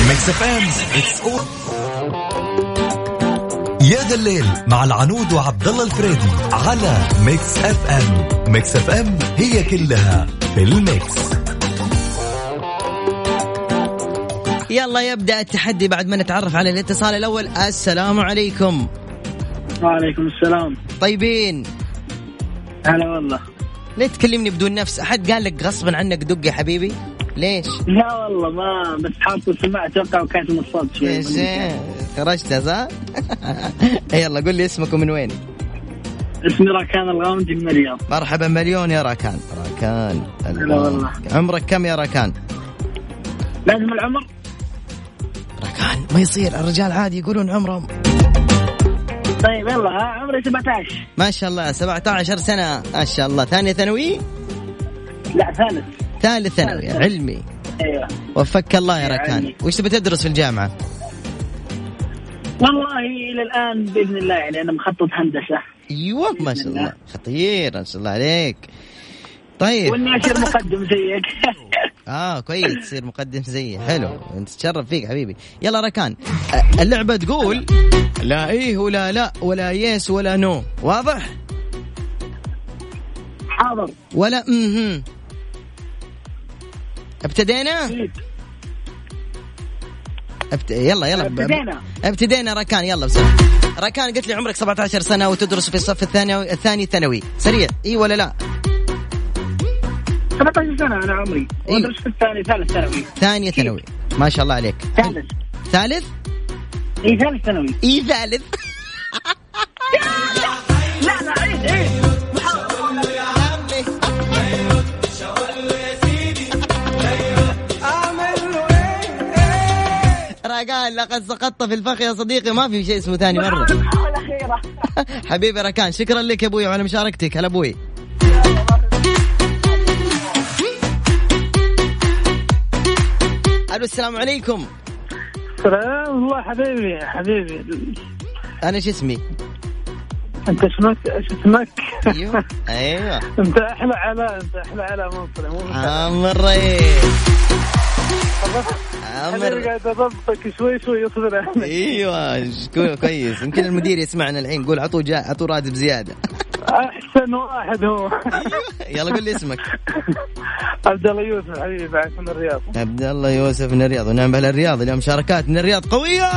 يا ذا الليل مع العنود وعبد الله الفريدي على ميكس إف إم. ميكس إف إم هي كلها في الميكس. يلا يبدأ التحدي بعد ما نتعرف على الاتصال الأول. السلام عليكم. وعليكم السلام. طيبين؟ هلا والله. ليه تكلمني بدون نفس؟ أحد قال لك غصبا عنك دق يا حبيبي؟ ليش؟ لا والله ما بس حاطه سماعة أتوقع وكانت مصاب شوي. إيش خرجت صح؟ يلا قل لي اسمك ومن وين؟ اسمي راكان الغامدي من الرياض. مرحبا مليون يا راكان. راكان هلا والله. عمرك كم يا راكان؟ لازم العمر؟ ركان ما يصير الرجال عادي يقولون عمرهم. طيب يلا عمري سبعة عشر. ما شاء الله سبعة عشر سنة ما شاء الله. ثانية ثانوي؟ لا ثالث. ثالث ثانوي علمي. ايوه وفك الله يا ركان. يعني. وش تبي تدرس في الجامعة؟ والله إلى الآن بإذن الله يعني أنا مخطط هندسة. أيوة ما شاء الله خطير ما شاء الله عليك. طيب وإني أصير مقدم زيك. آه كويس تصير مقدم زيي حلو أنت تشرف فيك حبيبي. يلا ركان اللعبة تقول لا إيه ولا لا ولا يس ولا نو واضح؟ حاضر. ولا مهم. ابتدينا؟ أبت... يلا يلا ابتدينا ابتدينا ركان يلا بسرعة. ركان قلت لي عمرك سبعة عشر سنة وتدرس في الصف الثاني الثاني ثانوي سريع إيه ولا لا؟ سبعة عشر سنة أنا عمري وأدرس في الثاني ثالث ثانوي. ثاني ثانوي ما شاء الله عليك. ثالث ثالث؟ إيه ثالث ثانوي. إيه ثالث. لا لا عيد عيد. ركان لقد سقطت في الفخ يا صديقي ما في شيء اسمه ثاني مرة. حبيبي ركان شكرا لك يا أبوي وعلى مشاركتك. هلا أبوي. ألو السلام عليكم. السلام الله حبيبي حبيبي. أنا شو اسمي؟ أنت اسمك اسمك أيوة أيوة أنت أحلى علاء أنت أحلى علاء منصري مو عمر رئيس عمر قاعد أضبطك شوي شوي يصبر. أيوة كويس يمكن المدير يسمعنا الحين قول عطوا جاء عطوا راتب زيادة. أحسن واحد هو. يلا قل لي اسمك. عبد الله يوسف حبيبي بعد من الرياض. عبد الله يوسف من الرياض ونعم بها الرياض اليوم مشاركات من الرياض قوية.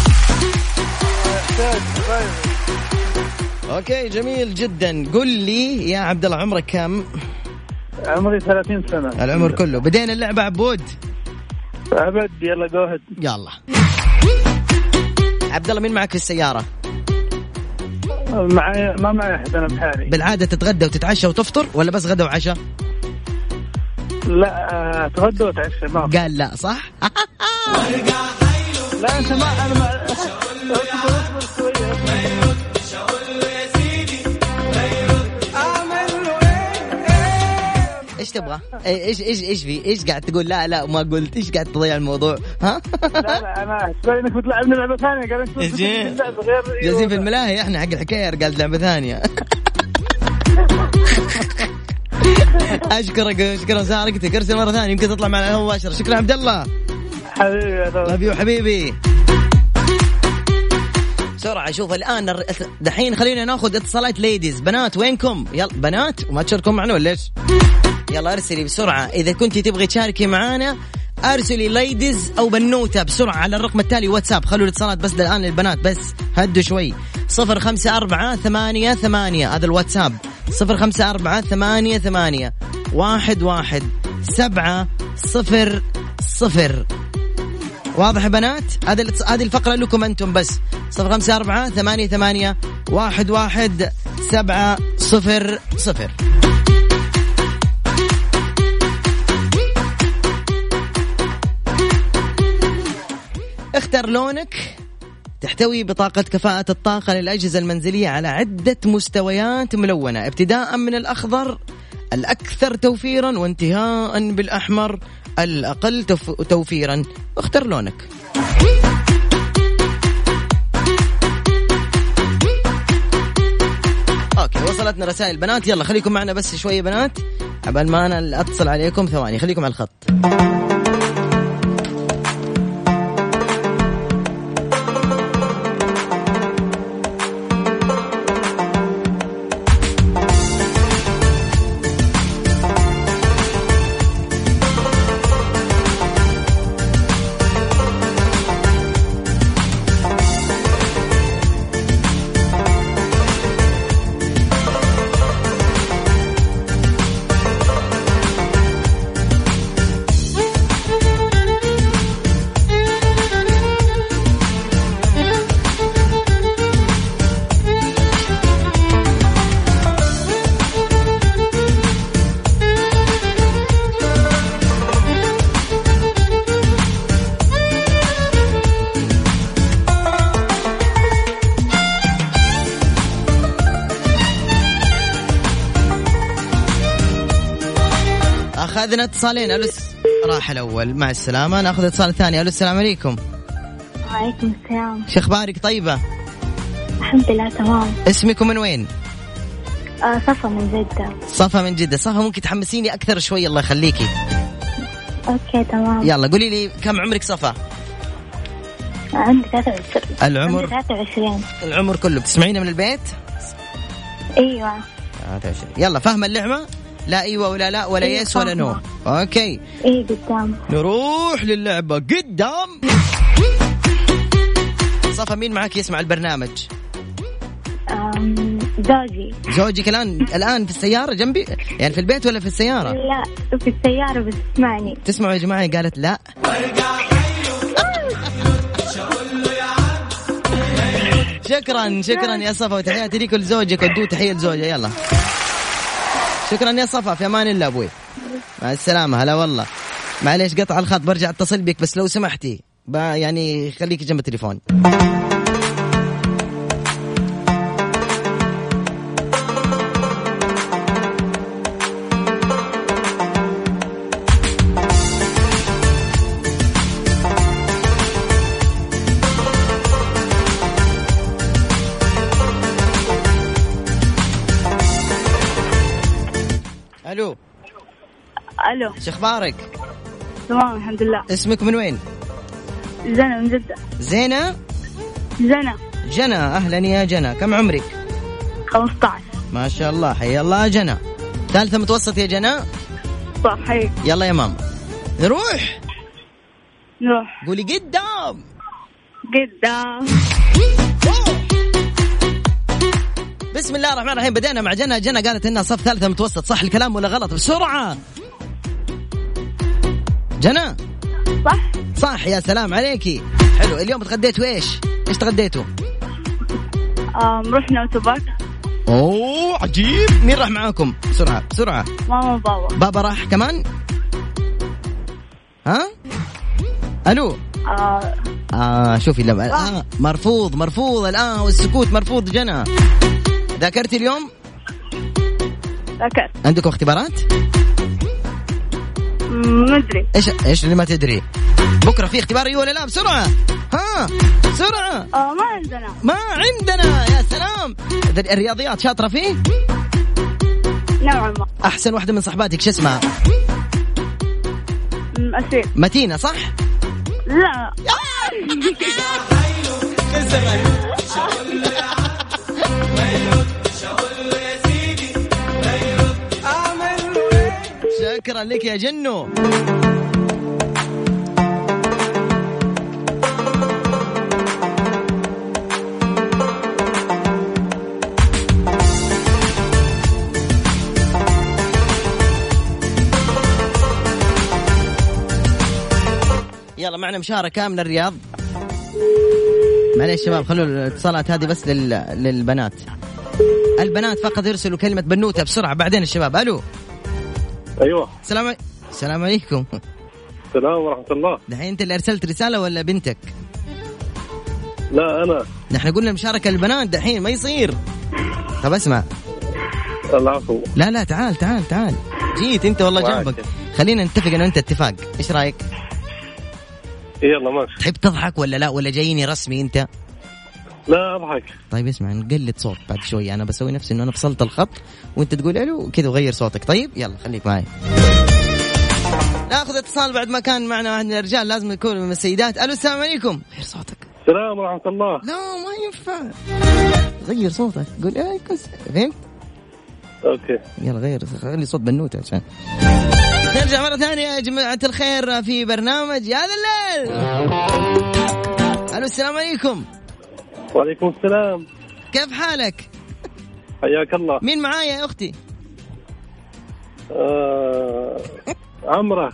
اوكي جميل جدا. قل لي يا عبد الله عمرك كم؟ عمري ثلاثين سنة. العمر كله. بدينا اللعبة عبود. أبد يلا جوهد. يلا عبد الله مين معك في السيارة؟ معي ما معي أحد أنا بحالي. بالعادة تتغدى وتتعشى وتفطر ولا بس غدا وعشاء؟ لا أتغدى وأتعشى ما. قال لا صح؟ لا أنت ما أنا ما. ايش تبغى؟ ايش ايش ايش في؟ ايش قاعد تقول لا لا وما قلت؟ ايش قاعد تضيع الموضوع؟ ها؟ لا لا انا احسب انك بتلعبني لعبه ثانيه. قال انت لعبه غير جالسين في الملاهي احنا حق الحكايه قال لعبه ثانيه. اشكرك اشكرك مشاركتك. ارسل مره ثانيه يمكن تطلع معنا مباشره. شكرا عبد الله حبيبي حبيبي. بسرعة شوف الآن دحين خلينا ناخذ اتصالات ليديز. بنات وينكم؟ يلا بنات وما تشاركون معنا ولا ايش؟ يلا ارسلي بسرعة إذا كنتي تبغي تشاركي معانا ارسلي ليديز أو بنوتة بسرعة على الرقم التالي واتساب. خلوا الاتصالات بس الآن للبنات بس هدوا شوي. صفر خمسة أربعة ثمانية ثمانية هذا الواتساب. صفر خمسة أربعة ثمانية ثمانية واحد واحد سبعة صفر صفر. واضح يا بنات؟ هذه هذه الفقرة لكم أنتم بس. صفر خمسة أربعة ثمانية ثمانية واحد واحد سبعة صفر صفر. اختر لونك. تحتوي بطاقة كفاءة الطاقة للأجهزة المنزلية على عدة مستويات ملونة ابتداء من الأخضر الأكثر توفيرا وانتهاء بالأحمر الأقل توفيرا. اختر لونك. اوكي وصلتنا رسائل بنات. يلا خليكم معنا بس شوية بنات عبال ما انا اتصل عليكم. ثواني خليكم على الخط. أخذنا اتصالين. ألو راح الأول مع السلامة. نأخذ اتصال ثاني. ألو السلام عليكم. وعليكم السلام. شو أخبارك؟ طيبة الحمد لله تمام. اسمكم من وين؟ آه صفا من جدة. صفا من جدة. صفا ممكن تحمسيني أكثر شوي الله يخليكي. أوكي تمام. يلا قولي لي كم عمرك صفا؟ عندي ثلاثة وعشرين. العمر؟ عندي ثلاثة وعشرين. العمر كله. بتسمعينا من البيت؟ أيوة. ثلاثة وعشرين. يلا فاهمة اللعبة؟ لا أيوة ولا لا ولا أيوة يس ولا نو. أوكي إيه قدام. نروح للعبة قدام. صفا مين معك يسمع البرنامج؟ أم... زوجي. زوجك الآن الآن في السيارة جنبي يعني في البيت ولا في السيارة؟ لا في السيارة بس تسمعني. تسمعوا يا جماعة؟ قالت لا. شكرا شكرا يا صفا وتحياتي ليك ولزوجك ودو تحية لزوجة. يلا شكرا يا صفا في أمان الله أبوي مع السلامة. هلا والله معليش قطع الخط برجع اتصل بك بس لو سمحتي يعني خليك جنب التليفون. الو الو شو اخبارك؟ تمام الحمد لله. اسمك من وين؟ زينة من جدة. زينة؟ زينة. جنى. اهلا يا جنى. كم عمرك؟ خمسة عشر. ما شاء الله حيا الله جنى. ثالثة متوسط يا جنى؟ صحيح. يلا يا ماما نروح نروح. قولي قدام. قدام. بسم الله الرحمن الرحيم. بدأنا مع جنى. جنى قالت إنها صف ثالثة متوسط. صح الكلام ولا غلط؟ بسرعة جنى. صح. صح. يا سلام عليكي. حلو. اليوم تغديتوا إيش؟ إيش تغديتوا؟ أم رحنا أوتوباك. أوه عجيب. مين راح معاكم؟ بسرعة بسرعة. ماما وبابا. بابا راح كمان؟ ها؟ ألو. آه. آه شوفي لما آه مرفوض مرفوض الآن والسكوت مرفوض. جنى ذاكرتي اليوم؟ ذاكرت. عندكم اختبارات؟ ما أدري. إيش إيش اللي ما تدري؟ بكرة في اختبار ولا لا؟ بسرعة ها بسرعة. آه ما عندنا. ما عندنا. يا سلام. الرياضيات شاطرة فيه؟ نوعا ما. أحسن واحدة من صحباتك شو اسمها؟ أسير. متينة صح؟ لا. شكرا لك يا جنو. يلا معنا مشاركة من الرياض. معليش شباب خلوا الاتصالات هذه بس لل... للبنات. البنات فقط يرسلوا كلمة بنوتة بسرعة بعدين الشباب. ألو. أيوة. السلام عليكم. السلام عليكم. السلام ورحمة الله. دحين أنت اللي أرسلت رسالة ولا بنتك؟ لا أنا. نحن قلنا مشاركة للبنات دحين ما يصير. طب اسمع. العفو. لا لا تعال تعال تعال. جيت أنت والله جنبك. خلينا نتفق أنا وأنت اتفاق. إيش رأيك؟ يلا ماشي. تحب تضحك ولا لا ولا جاييني رسمي أنت؟ لا أضحك. طيب اسمع نقلد صوت بعد شوي. أنا بسوي نفسي إنه أنا فصلت الخط وأنت تقول ألو كذا وغير صوتك. طيب يلا خليك معي. ناخذ اتصال بعد ما كان معنا واحد من الرجال لازم يكون من السيدات. ألو السلام عليكم. غير صوتك. السلام ورحمة الله. لا ما ينفع. غير صوتك. قول أي كس. فهمت؟ أوكي. يلا غير خلي صوت بنوتة عشان نرجع مرة ثانية يا جماعة الخير في برنامج يا ذا الليل. ألو السلام عليكم. وعليكم السلام. كيف حالك؟ حياك الله. مين معايا يا أختي؟ آه... عمرة.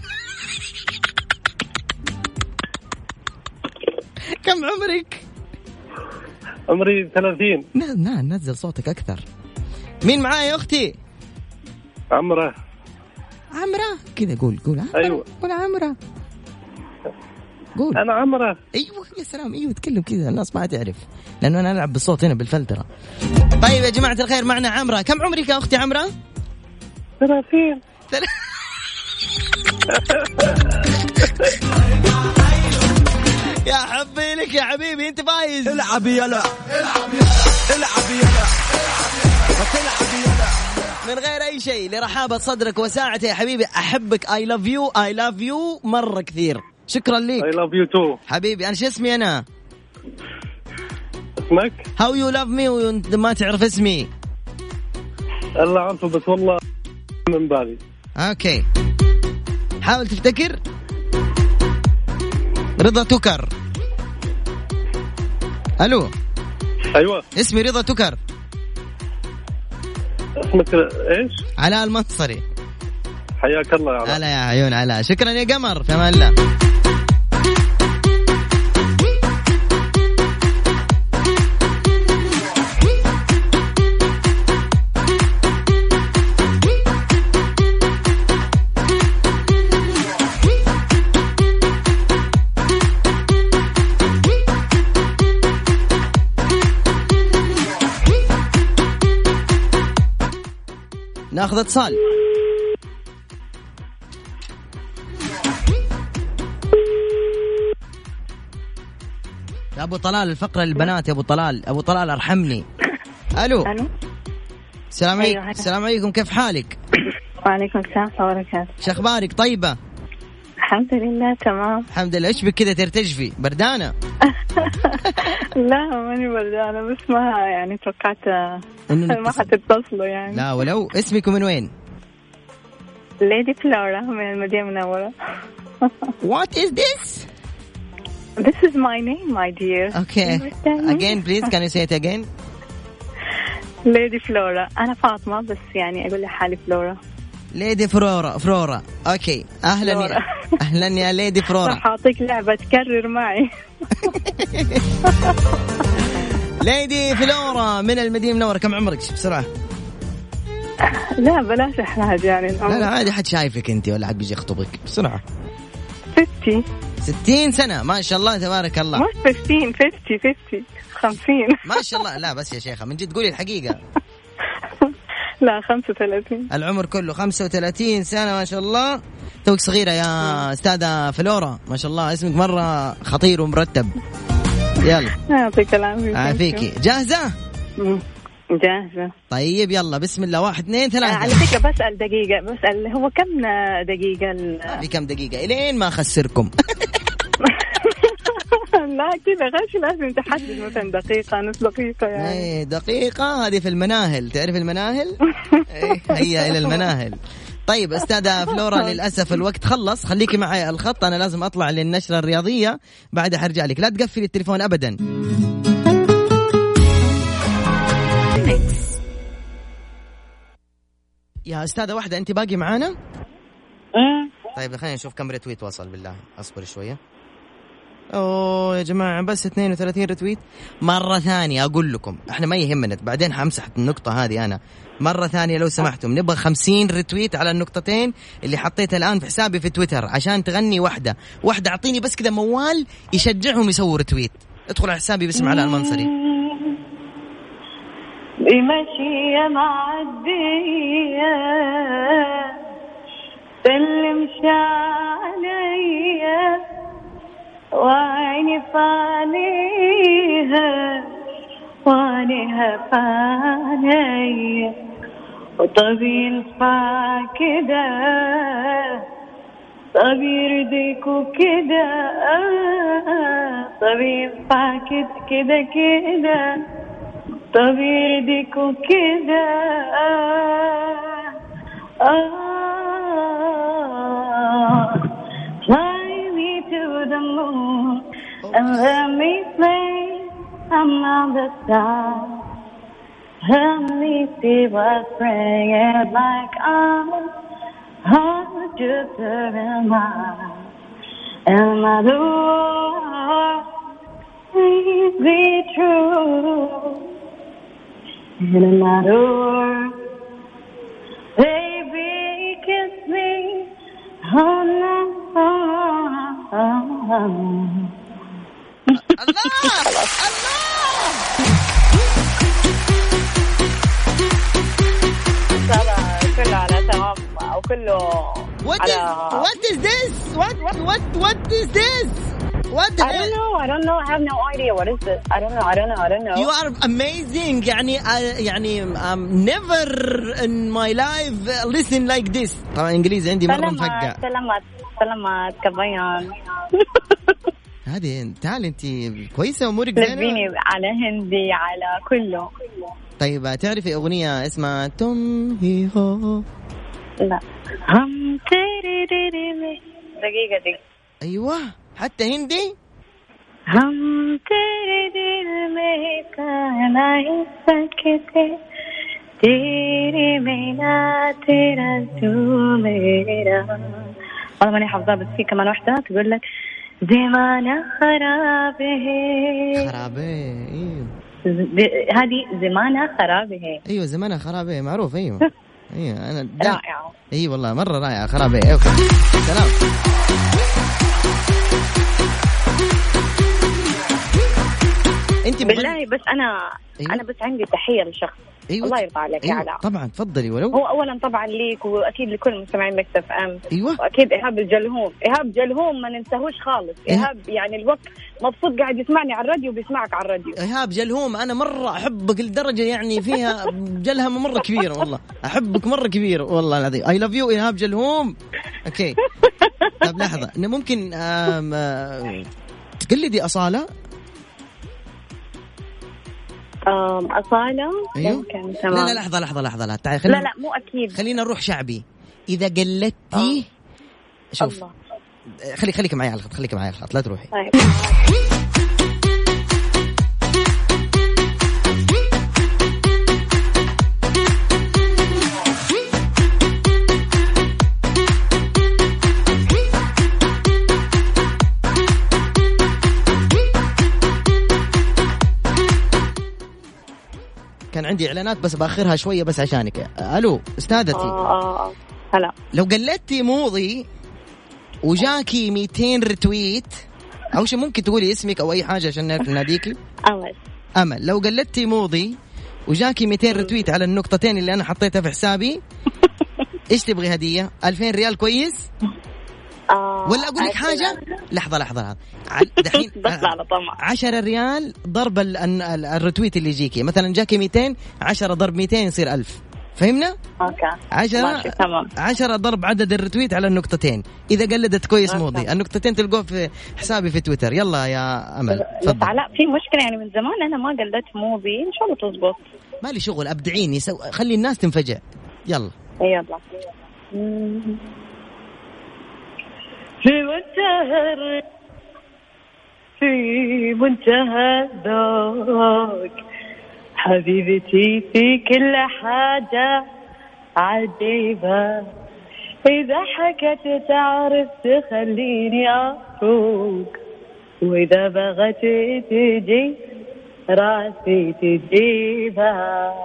كم عمرك؟ عمري ثلاثين. نعم نزل صوتك أكثر. مين معايا يا أختي؟ عمرة. عمرة كذا قول قول عمرة. أيوة. قول عمرة. قول. أنا عمرة. أيوة يا سلام. أيوة تكلم كذا الناس ما تعرف لأنه أنا ألعب بالصوت هنا بالفلترة. طيب يا جماعة الخير معنا عمرة. كم عمرك يا أختي عمرة؟ ثلاثين. يا حبي لك يا حبيبي انت فايز. العب يلا العب يلا العب يلا العب يلا من غير اي شيء لرحابة صدرك وساعتي يا حبيبي. احبك. I love you I love you مرة كثير. شكرا لك. I love you too حبيبي. انا شو اسمي انا؟ اسمك؟ How you love me وانت ما تعرف اسمي؟ الله عارفه بس والله من بالي. اوكي حاول تفتكر. رضا تكر. الو. ايوه اسمي رضا تكر. اسمك ايش؟ علاء المنصري. حياك الله يا علاء. هلا يا عيون علاء. شكرا يا قمر. في امان الله. ناخذ اتصال. يا ابو طلال الفقره للبنات. يا ابو طلال ابو طلال ارحمني. الو. الو. السلام عليكم. أيوة. السلام عليكم كيف حالك؟ وعليكم السلام ورحمة الله وبركاته. شو اخبارك؟ طيبه الحمد لله تمام. الحمد لله. ايش بك كذا ترتجفي؟ بردانه؟ لا ماني بردانة بس ما يعني توقعت ما حتتصلوا يعني. لا ولو. اسمك من وين؟ ليدي فلورا من المدينة المنورة. What is this? This is my name my dear. Okay. Again please can you say it again? ليدي فلورا. أنا فاطمة بس يعني أقول لحالي فلورا. ليدي فرورا. فرورا اوكي. اهلا يا اهلا يا ليدي فرورا. راح أعطيك لعبة تكرر معي. ليدي فلورا من المدينة المنورة. كم عمرك بسرعة؟ لا بلاش إحراج يعني. لا لا عادي. حد شايفك انت ولا حد بيجي يخطبك بسرعة؟ ستين. ستين سنة ما شاء الله تبارك الله. مش ستين ستين ستين خمسين ما شاء الله. لا بس يا شيخة من جد قولي الحقيقة. لا خمسة وثلاثين. العمر كله خمسة وثلاثين سنة ما شاء الله. توك صغيرة يا أستاذة فلورا ما شاء الله. اسمك مرة خطير ومرتب. يلا يعطيك العافية. عافيكي. جاهزة؟ جاهزة. طيب يلا بسم الله. واحد اثنين ثلاثة. على فكرة بسأل دقيقة بسأل هو كم دقيقة؟ في كم دقيقة إلين ما أخسركم. لا كذا غش لازم تحدد مثلا دقيقة نص دقيقة يعني. ايه دقيقة هذه في المناهل. تعرف المناهل؟ ايه هيا إلى المناهل. طيب أستاذة فلورا للأسف الوقت خلص. خليكي معي الخط أنا لازم أطلع للنشرة الرياضية بعدها حرجع لك. لا تقفلي التليفون أبدا. يا أستاذة واحدة أنت باقي معانا؟ طيب خلينا نشوف كم رتويت وصل. بالله أصبر شوية. أوه يا جماعة بس اثنين وثلاثين رتويت. مرة ثانية أقول لكم إحنا ما يهمنا بعدين حمسح النقطة هذه. أنا مرة ثانية لو سمحتم نبغى خمسين رتويت على النقطتين اللي حطيتها الآن في حسابي في تويتر عشان تغني واحدة واحدة. أعطيني بس كذا موال يشجعهم يسووا رتويت. ادخل على حسابي باسم علاء المنصري. بمشي معدية سلم عليا وعيني فانيها وعينها فانية وطبيل فاكدة طبيل ديكو كده طبيل فاكد كده كده طبيل ديكو كده Fly me to the moon and let me play among the stars. Let me see what's bringing like us. Hold Jupiter in mind. And my door, please be true. And my door, baby, kiss me. Oh no. الله الله كله على تمام وكله What is what is this? What what what is this? What the I don't know. I don't know. I have no idea. What is this? I don't know. I don't know. I don't know. You are amazing. يعني يعني um, never in my life listen like this. طبعا إنجليزي عندي مرة مفقع. سلامات سلامات كبيان. هذه تعال أنت كويسة وأمورك زينة. لبيني على هندي على كله. طيب تعرفي أغنية اسمها توم هي هو؟ لا. هم تيري تيري دقيقة دي. أيوة حتى هندي. हम तेरे दिल में कहना ही सकते तेरे मेरा तेरा तू मेरा. والله ماني حافظة بس في كمان واحدة تقول لك زمانة خرابة خرابة. ايوه هذه زمانة خرابة. ايوه زمانة خرابة معروف. ايوه ايوه انا رائعة. اي والله مرة رائعة خرابة. اوكي سلام. انت بالله بس انا أيوة. انا بس عندي تحية للشخص. أيوة. الله يرضى عليك أيوة. يا علاء. طبعا تفضلي. ولو هو اولا طبعا ليك واكيد لكل مستمعين مكس اف ام. ايوه واكيد ايهاب الجلهوم. ايهاب جلهوم ما ننساهوش خالص. ايهاب يعني الوقت مبسوط قاعد يسمعني على الراديو وبيسمعك على الراديو. ايهاب جلهوم انا مره احبك لدرجه يعني فيها جلهمه مره كبيره. والله احبك مره كبيره والله العظيم. اي لاف يو ايهاب جلهوم. اوكي طب لحظه انه ممكن تقلدي أصالة؟ أم أصالة أيوه؟ ممكن. تمام. لا لا لحظة لحظة لحظة لا تعال خلينا. لا لا مو أكيد. خلينا نروح شعبي. إذا قلدتي آه. شوف الله. خلي خليك معي على الخط خليك معي على الخط لا تروحي. طيب. كان عندي إعلانات بس بأخرها شوية بس عشانك. ألو أستاذتي. آه هلا. لو قلدتي موضي وجاكي مئتين رتويت أو شيء ممكن تقولي اسمك أو أي حاجة عشان نعرف نناديكي. أمل. أمل. لو قلدتي موضي وجاكي مئتين رتويت على النقطتين اللي أنا حطيتها في حسابي إيش تبغي هدية؟ ألفين ريال كويس؟ آه ولا أقول لك حاجة؟ لحظة لحظة لحظة دحين عشرة ريال ضرب الرتويت اللي يجيكي. مثلا جاكي مئتين عشرة ضرب مئتين يصير ألف. فهمنا؟ أوكي. عشرة عشرة ضرب عدد الرتويت على النقطتين. إذا قلدت كويس موضي النقطتين تلقوه في حسابي في تويتر. يلا يا أمل بس علاء في مشكلة يعني من زمان أنا ما قلدت موضي. إن شاء الله تزبط. مالي شغل أبدعيني سو... خلي الناس تنفجع. يلا يلا. في منتهى في منتهى الذوق حبيبتي في كل حاجة عجيبة. إذا حكت تعرف تخليني أفوق وإذا بغت تجي راسي تجيبها.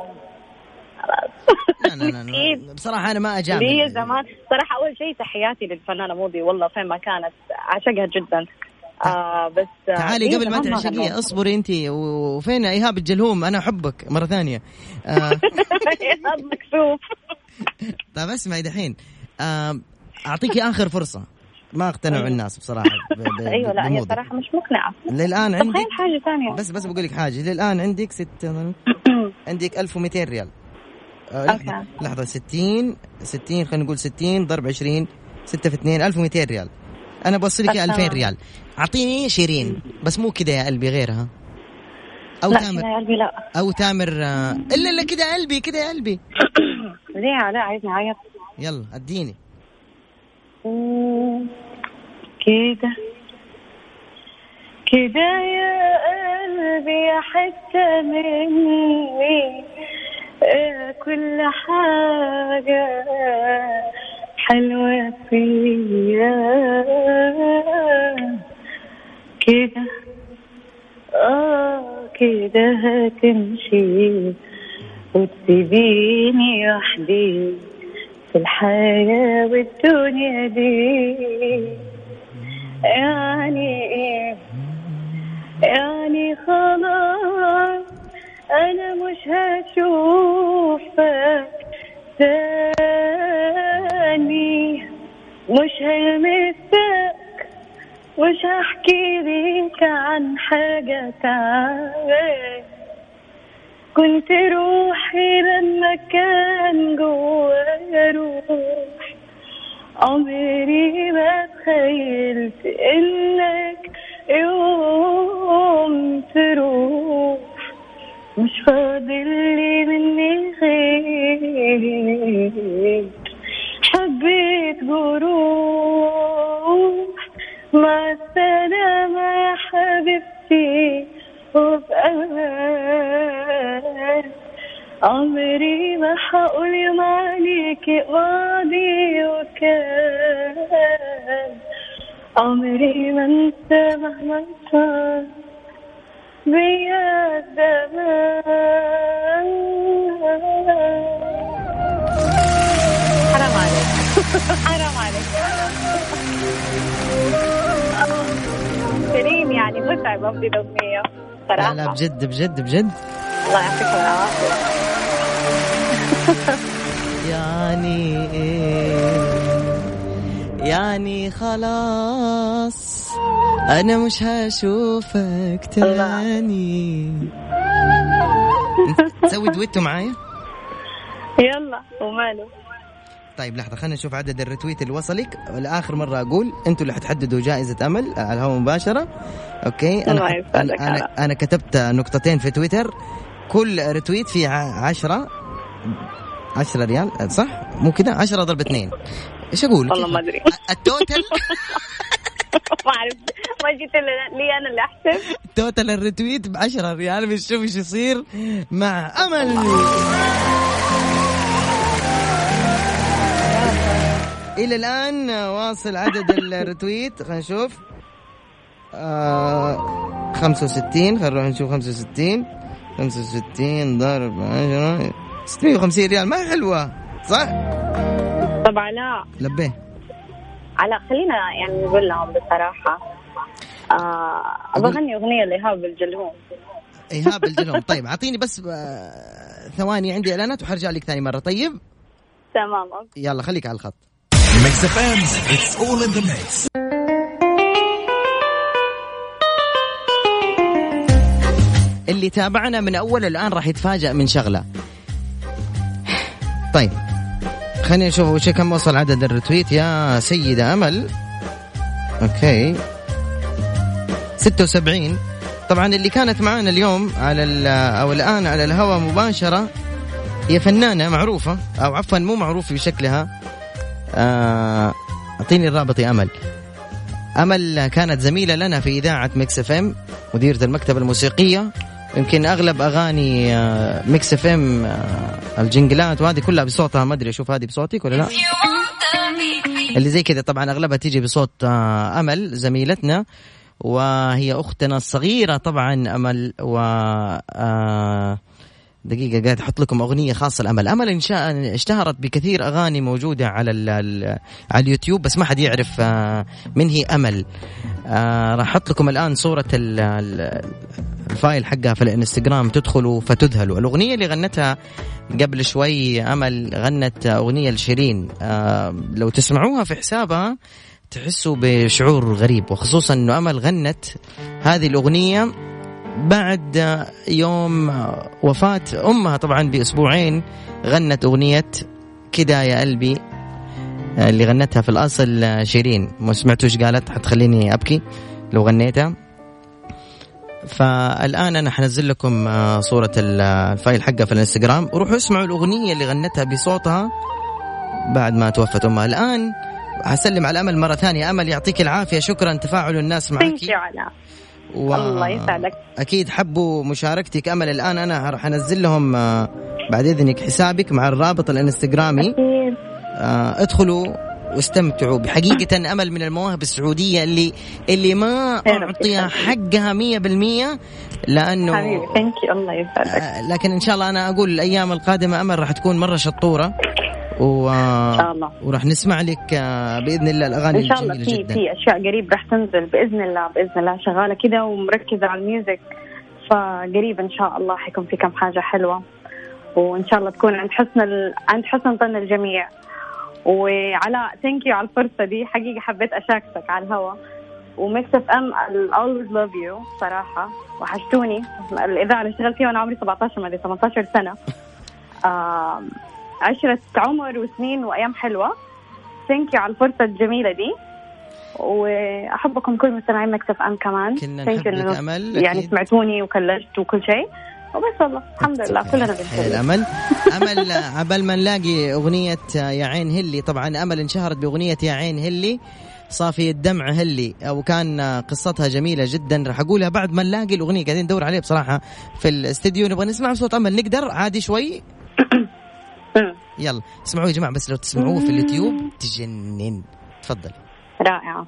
لا لا لا بصراحة أنا ما أجامل. لي زمان صراحة أول شيء تحياتي للفنانة موضي والله فين ما كانت أعشقها جدا. آه بس تعالي قبل ما تعشقيها اصبري أنتي. وفين إيهاب الجلهوم أنا أحبك مرة ثانية. إيهاب مكسوف. طيب اسمعي دحين أعطيكي آخر فرصة. ما اقتنعوا الناس بصراحة. أيوة لا هي صراحة مش مقنعة. للآن عندك حاجة ثانية. بس بس بقولك حاجة. للآن عندك ستة عندك ألف ومئتين ريال. لحظة, لحظة ستين ستين خلينا نقول ستين ضرب عشرين ستة في اثنين ألف ومئتين ريال. أنا بوصلك ألفين ريال. أعطيني شيرين بس مو كده يا قلبي غيرها. أو لا تامر يا قلبي لا. أو تامر إلا إلا كده قلبي كده يا قلبي. ليه لا عايزني عيط. يلا أديني كده كده يا قلبي حتى مني كل حاجة حلوة فيا كده آه كده هتمشي وتسيبيني وحدي في الحياة والدنيا دي. يعني يعني خلاص أنا مش هشوفك تاني مش هلمسك، مش هحكي لك عن حاجة تعبان، كنت روحي لما كان جوايا روح، عمري ما تخيلت إنك يوم تروح، مش فاضل لي مني غير حبيت جروح، مع السلامة يا حبيبتي وبأمان، عمري ما حقول يوم عليكي ماضي وكان، عمري ما انسى مهما صار بيا الزمان. حرام عليك حرام عليك كريم، يعني متعب أبدي الأغنية صراحة. لا لا بجد بجد بجد الله يعطيك العافية. يعني يعني خلاص أنا مش هشوفك تاني. تسوي دويتو معايا؟ يلا وماله. طيب لحظة خلينا نشوف عدد الرتويت اللي وصلك. لآخر مرة أقول أنتوا اللي حتحددوا جائزة أمل على الهواء مباشرة. أوكي أنا, أنا, أنا, أنا كتبت نقطتين في تويتر، كل رتويت فيه عشرة عشرة ريال صح؟ مو كده؟ عشرة ضرب اثنين إيش أقول؟ والله ما أدري التوتل ما أعرف، ما جيت لي أنا اللي أحسب. توتل الرتويت بعشرة ريال. بنشوف إيش يصير مع أمل. إلى الآن واصل عدد الرتويت، خلينا نشوف آه خمسة وستين. خلينا نروح نشوف خمسة وستين خمسة وستين ضرب عشرة ستمائة وخمسين ريال. ما حلوة صح؟ طبعا لا لبيه على خلينا يعني نقول لهم بصراحة آه أبغني أغنية لإيهاب الجلهوم. إيهاب الجلهوم. طيب أعطيني بس آه ثواني، عندي إعلانات وحرجع لك ثاني مرة. طيب تمام يلا خليك على الخط. Mix إف إم it's all in the mix. اللي تابعنا من أول الآن راح يتفاجأ من شغلة. طيب خلينا نشوف أول شيء كم وصل عدد الرتويت يا سيدة أمل. أوكي ستة وسبعين. طبعا اللي كانت معانا اليوم على أو الآن على الهواء مباشرة هي فنانة معروفة، أو عفوا مو معروفة بشكلها. أعطيني الرابط يا أمل. أمل كانت زميلة لنا في إذاعة ميكس إف إم، مديرة المكتبة الموسيقية. يمكن أغلب أغاني ميكس إف إم الجنجلات وهذه كلها بصوتها. ما أدري أشوف هذه بصوتك ولا لا، اللي زي كذا طبعا أغلبها تيجي بصوت أمل زميلتنا، وهي أختنا الصغيرة طبعا أمل. و دقيقة قاعد أحط لكم أغنية خاصة لأمل. أمل إن شاء اشتهرت بكثير أغاني موجودة على على اليوتيوب، بس ما حد يعرف من هي أمل. راح أحط لكم الآن صورة الفايل حقها في الانستغرام، تدخلوا فتذهلوا. الأغنية اللي غنتها قبل شوي أمل غنت أغنية لشيرين، لو تسمعوها في حسابها تحسوا بشعور غريب، وخصوصا أنه أمل غنت هذه الأغنية بعد يوم وفاة أمها طبعا بأسبوعين. غنت أغنية كده يا قلبي اللي غنتها في الأصل شيرين. ما سمعتوش قالت حتخليني أبكي لو غنيتها. فالآن أنا حنزل لكم صورة الفايل حقها في الانستغرام، وروحوا اسمعوا الأغنية اللي غنتها بصوتها بعد ما توفت أمها. الآن هسلم على أمل مرة ثانية. أمل يعطيك العافية، شكرا تفاعل الناس معك. و... الله يسعدك. أكيد حبوا مشاركتك أمل. الآن أنا راح أنزل لهم بعد إذنك حسابك مع الرابط الانستغرامي. أكيد. آه ادخلوا واستمتعوا. بحقيقة أمل من المواهب السعودية اللي اللي ما أعطيها حقها مية بالمية، لأنه حبيبي ثانك الله يسعدك. آه لكن إن شاء الله أنا أقول الأيام القادمة أمل راح تكون مرة شطورة، و... وراح نسمع لك بإذن الله الأغاني إن شاء الله. في جدا. في أشياء قريب راح تنزل بإذن الله بإذن الله، شغالة كده ومركزة على الميوزك، فقريب إن شاء الله حيكون في كم حاجة حلوة، وإن شاء الله تكون عند حسن ال... عند حسن ظن الجميع. وعلاء ثانك يو على الفرصة دي، حقيقة حبيت أشاركك على الهوا. وميكس اف ام I'll always love you صراحة، وحشتوني. الإذاعة اللي اشتغلت فيها وأنا عمري سبعة عشر ما ثمانية عشر سنة، آه عشرة عمر وسنين وأيام حلوة. ثانك يو على الفرصة الجميلة دي، وأحبكم كل مستمعين ميكس اف ام كمان. كنا نحبك أمل، يعني سمعتوني وكلجت وكل شيء، وبس والله الحمد لله كلنا بنحب الأمل. أمل عبال ما نلاقي أغنية يا عين هلي. طبعا أمل انشهرت بأغنية يا عين هلي صافي الدمع هلي، وكان قصتها جميلة جدا. رح أقولها بعد ما نلاقي الأغنية، قاعدين ندور عليها بصراحة في الاستديو، نبغى نسمع صوت أمل. نقدر عادي شوي؟ يلا اسمعوا يا جماعة، بس لو تسمعوه في اليوتيوب تجنن. تفضل. رائعة.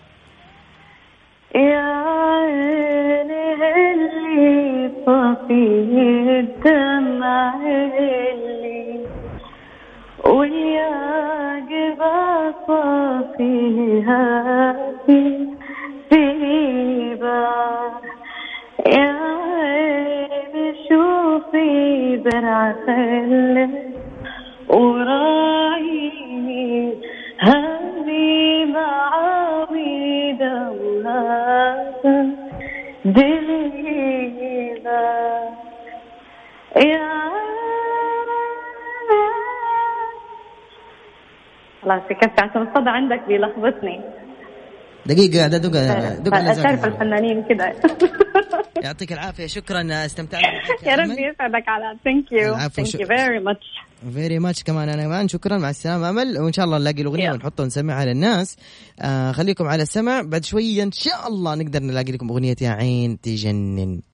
يا عيني هلي صافي الدمع هلي، ويا قبا صافي هاتي سيبا، يا عيني شوفي برع خلي وراعيني هني معاويد الله دليلا، يا خلاص كفت عشان الصدى عندك بيلخبطني. دقيقة قاعدة دقة دقة. تعرف الفنانين كده. يعطيك العافية، شكرا، استمتعنا معك يا ربي يسعدك على. ثانك يو ثانك يو فيري ماتش فيري ماتش كمان أنا كمان. شكرا، مع السلامة أمل، وإن شاء الله نلاقي الأغنية yeah. ونحطها ونسمعها للناس. آه خليكم على السمع، بعد شوية إن شاء الله نقدر نلاقي لكم أغنية يا عين تجنن.